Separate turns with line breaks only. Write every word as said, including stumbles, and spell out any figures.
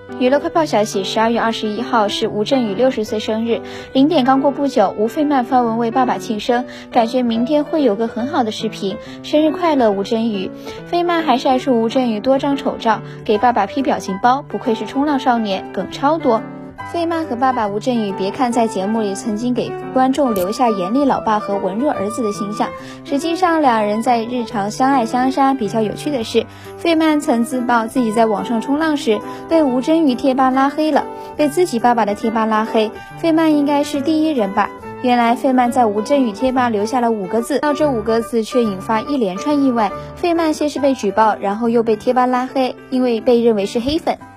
娱乐快报消息，十二月二十一号是吴镇宇六十岁生日，零点刚过不久，吴非曼发文为爸爸庆生，感觉明天会有个很好的视频，生日快乐吴镇宇。非曼还晒出吴镇宇多张丑照，给爸爸 P 表情包，不愧是冲浪少年，梗超多。费曼和爸爸吴镇宇，别看在节目里曾经给观众留下严厉老爸和文弱儿子的形象，实际上两人在日常相爱相杀。比较有趣的是，费曼曾自曝自己在网上冲浪时被吴镇宇贴吧拉黑了，被自己爸爸的贴吧拉黑，费曼应该是第一人吧。原来费曼在吴镇宇贴吧留下了五个字，到这五个字却引发一连串意外。费曼先是被举报，然后又被贴吧拉黑，因为被认为是黑粉。